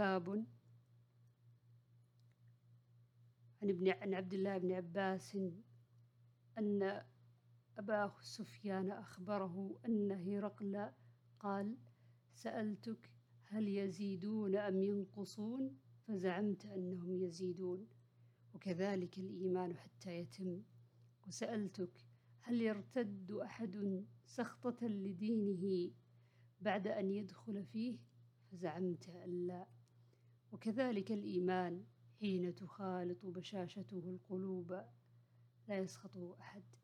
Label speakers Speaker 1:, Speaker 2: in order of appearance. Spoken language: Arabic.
Speaker 1: باب عن عبد الله بن عباس أن أبا سفيان أخبره أن هرقل قال: سألتك هل يزيدون أم ينقصون؟ فزعمت أنهم يزيدون، وكذلك الإيمان حتى يتم. وسألتك هل يرتد أحد سخطة لدينه بعد أن يدخل فيه؟ فزعمت أن لا، وكذلك الإيمان حين تخالط بشاشته القلوب لا يسخطه أحد.